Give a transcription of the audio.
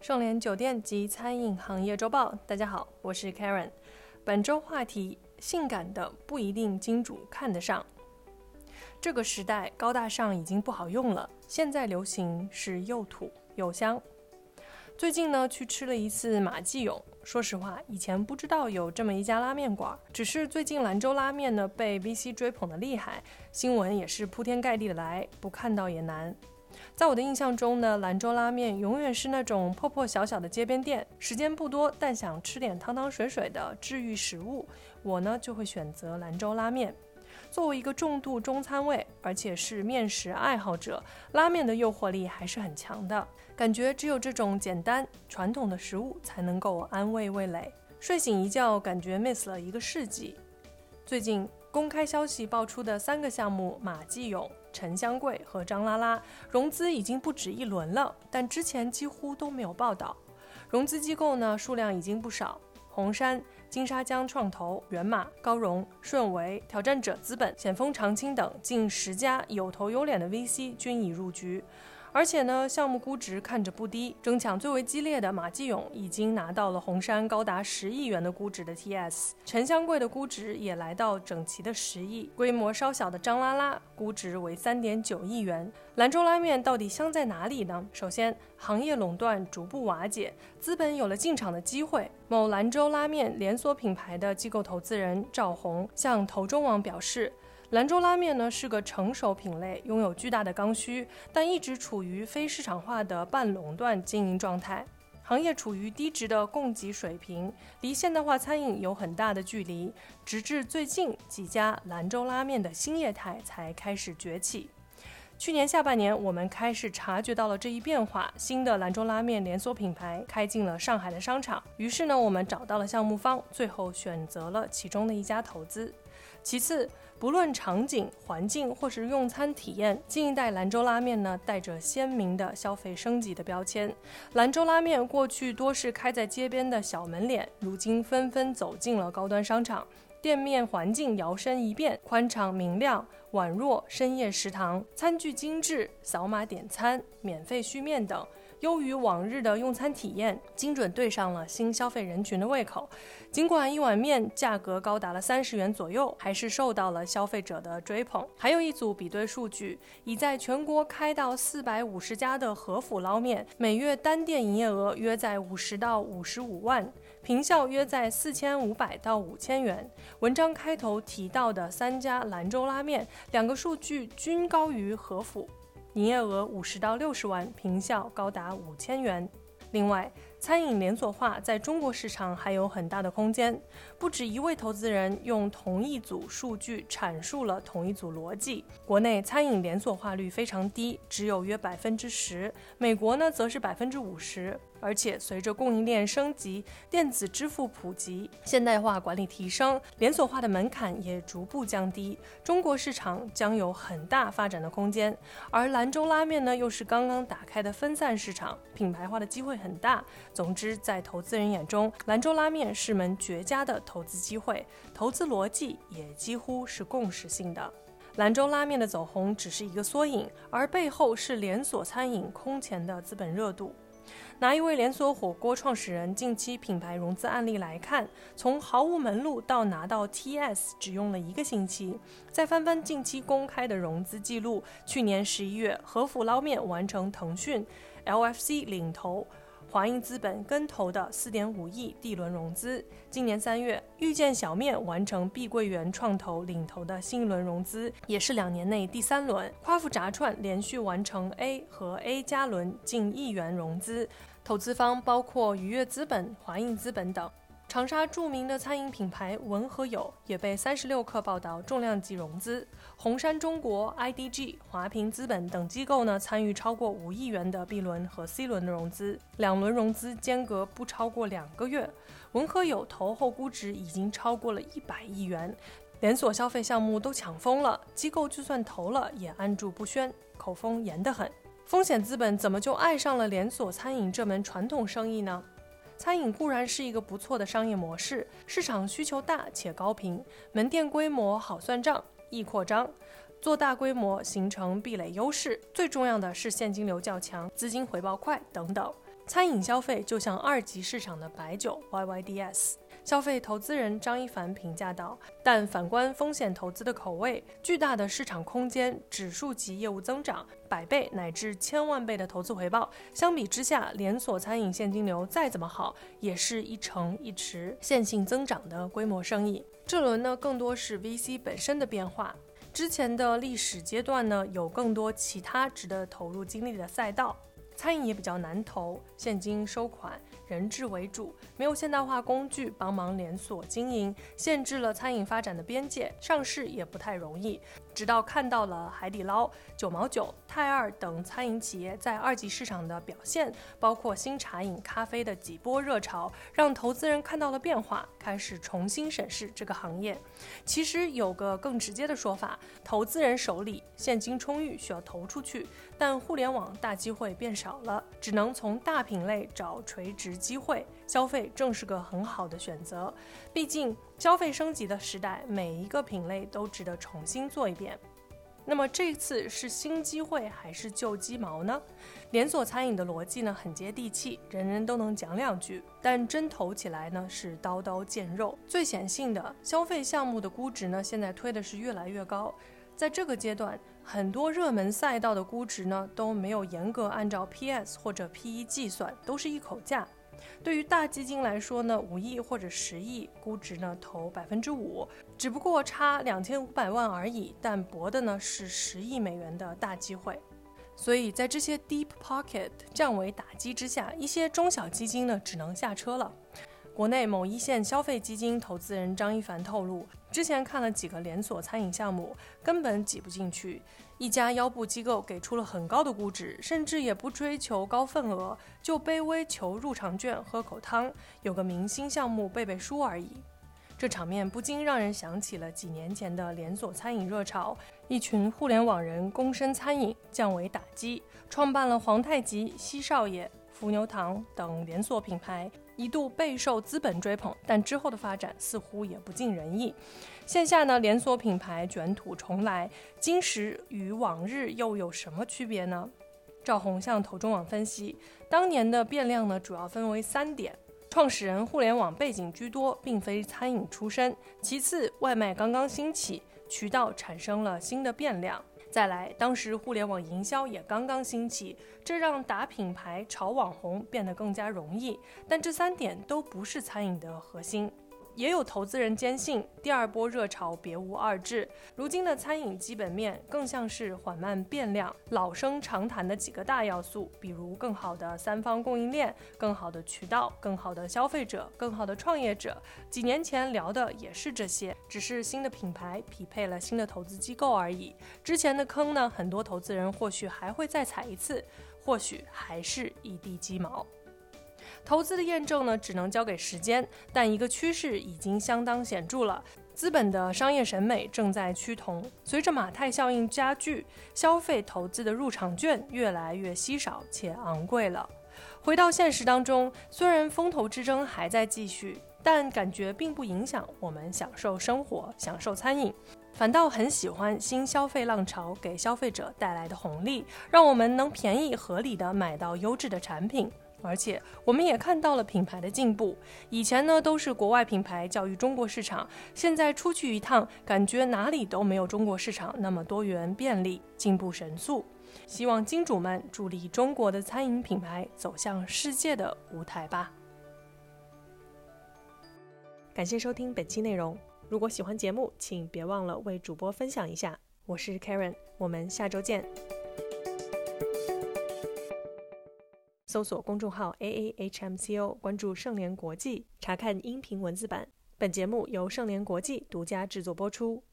盛联酒店及餐饮行业周报，大家好，我是 Karen。本周话题：性感的不一定金主看得上。这个时代高大上已经不好用了，现在流行是又土又香。最近呢，去吃了一次马记勇。说实话，以前不知道有这么一家拉面馆，只是最近兰州拉面呢被 VC 追捧的厉害，新闻也是铺天盖地的来，不看到也难。在我的印象中呢，兰州拉面永远是那种破破小小的街边店，时间不多，但想吃点汤汤水水的治愈食物，我呢就会选择兰州拉面。作为一个重度中餐胃，而且是面食爱好者，拉面的诱惑力还是很强的，感觉只有这种简单传统的食物才能够安慰味蕾。睡醒一觉，感觉 miss 了一个世纪。最近公开消息爆出的3个项目，马记勇、陈香桂和张拉拉融资已经不止一轮了，但之前几乎都没有报道。融资机构呢数量已经不少，红杉、金沙江创投、源码、高融、顺为、挑战者资本、险峰长青等近10家有头有脸的 VC 均已入局。而且呢，项目估值看着不低，争抢最为激烈的马记勇已经拿到了红杉高达10亿元的估值的 TS， 陈香桂的估值也来到整齐的10亿，规模稍小的张拉拉估值为 3.9 亿元。兰州拉面到底香在哪里呢？首先，行业垄断逐步瓦解，资本有了进场的机会。某兰州拉面连锁品牌的机构投资人赵红向投中网表示，兰州拉面呢是个成熟品类，拥有巨大的刚需，但一直处于非市场化的半垄断经营状态，行业处于低值的供给水平，离现代化餐饮有很大的距离，直至最近几家兰州拉面的新业态才开始崛起。去年下半年，我们开始察觉到了这一变化，新的兰州拉面连锁品牌开进了上海的商场，于是呢，我们找到了项目方，最后选择了其中的一家投资。其次，不论场景、环境或是用餐体验，新一代兰州拉面呢带着鲜明的消费升级的标签。兰州拉面过去多是开在街边的小门脸，如今纷纷走进了高端商场，店面环境摇身一变，宽敞明亮，宛若深夜食堂，餐具精致，扫码点餐，免费续面等，优于往日的用餐体验，精准对上了新消费人群的胃口。尽管一碗面价格高达了30元左右，还是受到了消费者的追捧。还有一组比对数据，已在全国开到450家的和府捞面，每月单店营业额约在50到55万，坪效约在4500到5000元。文章开头提到的3家兰州拉面，2个数据均高于和府，营业额50到60万，坪效高达5000元。另外，餐饮连锁化在中国市场还有很大的空间，不止一位投资人用同一组数据阐述了同一组逻辑。国内餐饮连锁化率非常低，只有约 10%， 美国呢则是 50%。而且随着供应链升级，电子支付普及，现代化管理提升，连锁化的门槛也逐步降低，中国市场将有很大发展的空间。而兰州拉面呢，又是刚刚打开的分散市场，品牌化的机会很大。总之，在投资人眼中，兰州拉面是门绝佳的投资机会，投资逻辑也几乎是共识性的。兰州拉面的走红只是一个缩影，而背后是连锁餐饮空前的资本热度。拿一位连锁火锅创始人近期品牌融资案例来看，从毫无门路到拿到 TS 只用了1个星期。再翻翻近期公开的融资记录，去年11月，和府捞面完成腾讯、LFC 领投、华映资本跟投的 4.5 亿第轮融资。今年3月，遇见小面完成碧桂园创投领投的新一轮融资，也是2年内第3轮。夸父炸串连续完成 A 和 A 加轮近1亿元融资，投资方包括愉悦资本、华映资本等。长沙著名的餐饮品牌文和友也被36氪报道重量级融资，红杉中国、IDG、华平资本等机构呢参与超过5亿元的 B 轮和 C 轮的融资，2轮融资间隔不超过2个月。文和友投后估值已经超过了100亿元，连锁消费项目都抢疯了，机构就算投了也按住不宣，口风严得很。风险资本怎么就爱上了连锁餐饮这门传统生意呢？餐饮固然是一个不错的商业模式，市场需求大且高频，门店规模好算账，易扩张，做大规模形成壁垒优势，最重要的是现金流较强，资金回报快等等。 餐饮消费就像二级市场的白酒 YYDS。消费投资人张一凡评价道，但反观风险投资的口味，巨大的市场空间、指数级业务增长、100倍乃至1000万倍的投资回报，相比之下，连锁餐饮现金流再怎么好，也是一成一池线性增长的规模生意。这轮呢，更多是 VC 本身的变化。之前的历史阶段呢，有更多其他值得投入精力的赛道，餐饮也比较难投，现金收款，人质为主，没有现代化工具帮忙连锁经营，限制了餐饮发展的边界，上市也不太容易。直到看到了海底捞、9毛9、泰二等餐饮企业在二级市场的表现，包括新茶饮、咖啡的几波热潮，让投资人看到了变化，开始重新审视这个行业。其实有个更直接的说法，投资人手里现金充裕，需要投出去，但互联网大机会变少了，只能从大品类找垂直机会，消费正是个很好的选择。毕竟消费升级的时代，每一个品类都值得重新做一遍。那么这次是新机会还是旧鸡毛呢？连锁餐饮的逻辑呢很接地气，人人都能讲两句，但真投起来呢是刀刀见肉。最显性的消费项目的估值呢，现在推的是越来越高。在这个阶段，很多热门赛道的估值呢都没有严格按照 PS 或者 PE 计算，都是一口价。对于大基金来说呢，5亿或者10亿估值呢投 5%， 只不过差2500万而已，但搏的呢是10亿美元的大机会。所以在这些 deep pocket 降维打击之下，一些中小基金呢只能下车了。国内某一线消费基金投资人张一凡透露，之前看了几个连锁餐饮项目，根本挤不进去。一家腰部机构给出了很高的估值，甚至也不追求高份额，就卑微求入场券、喝口汤，有个明星项目背背书而已。这场面不禁让人想起了几年前的连锁餐饮热潮，一群互联网人躬身餐饮，降维打击，创办了皇太极、西少爷、伏牛堂等连锁品牌，一度备受资本追捧，但之后的发展似乎也不尽人意。线下呢，连锁品牌卷土重来，今时与往日又有什么区别呢？赵宏向投中网分析，当年的变量呢，主要分为3点。创始人互联网背景居多，并非餐饮出身。其次，外卖刚刚兴起，渠道产生了新的变量。再来，当时互联网营销也刚刚兴起，这让打品牌、炒网红变得更加容易。但这3点都不是餐饮的核心。也有投资人坚信，第二波热潮别无二致。如今的餐饮基本面更像是缓慢变量，老生常谈的几个大要素，比如更好的3方供应链、更好的渠道、更好的消费者、更好的创业者。几年前聊的也是这些，只是新的品牌匹配了新的投资机构而已。之前的坑呢，很多投资人或许还会再踩一次，或许还是一地鸡毛。投资的验证呢，只能交给时间，但一个趋势已经相当显著了。资本的商业审美正在趋同，随着马太效应加剧，消费投资的入场券越来越稀少且昂贵了。回到现实当中，虽然风头之争还在继续，但感觉并不影响我们享受生活、享受餐饮，反倒很喜欢新消费浪潮给消费者带来的红利，让我们能便宜合理的买到优质的产品。而且我们也看到了品牌的进步，以前呢都是国外品牌教育中国市场，现在出去一趟，感觉哪里都没有中国市场那么多元便利，进步神速。希望金主们助力中国的餐饮品牌走向世界的舞台吧。感谢收听本期内容，如果喜欢节目，请别忘了为主播分享一下。我是 Karen， 我们下周见。搜索公众号 AAHMCO， 关注盛联国际，查看音频文字版。本节目由盛联国际独家制作播出。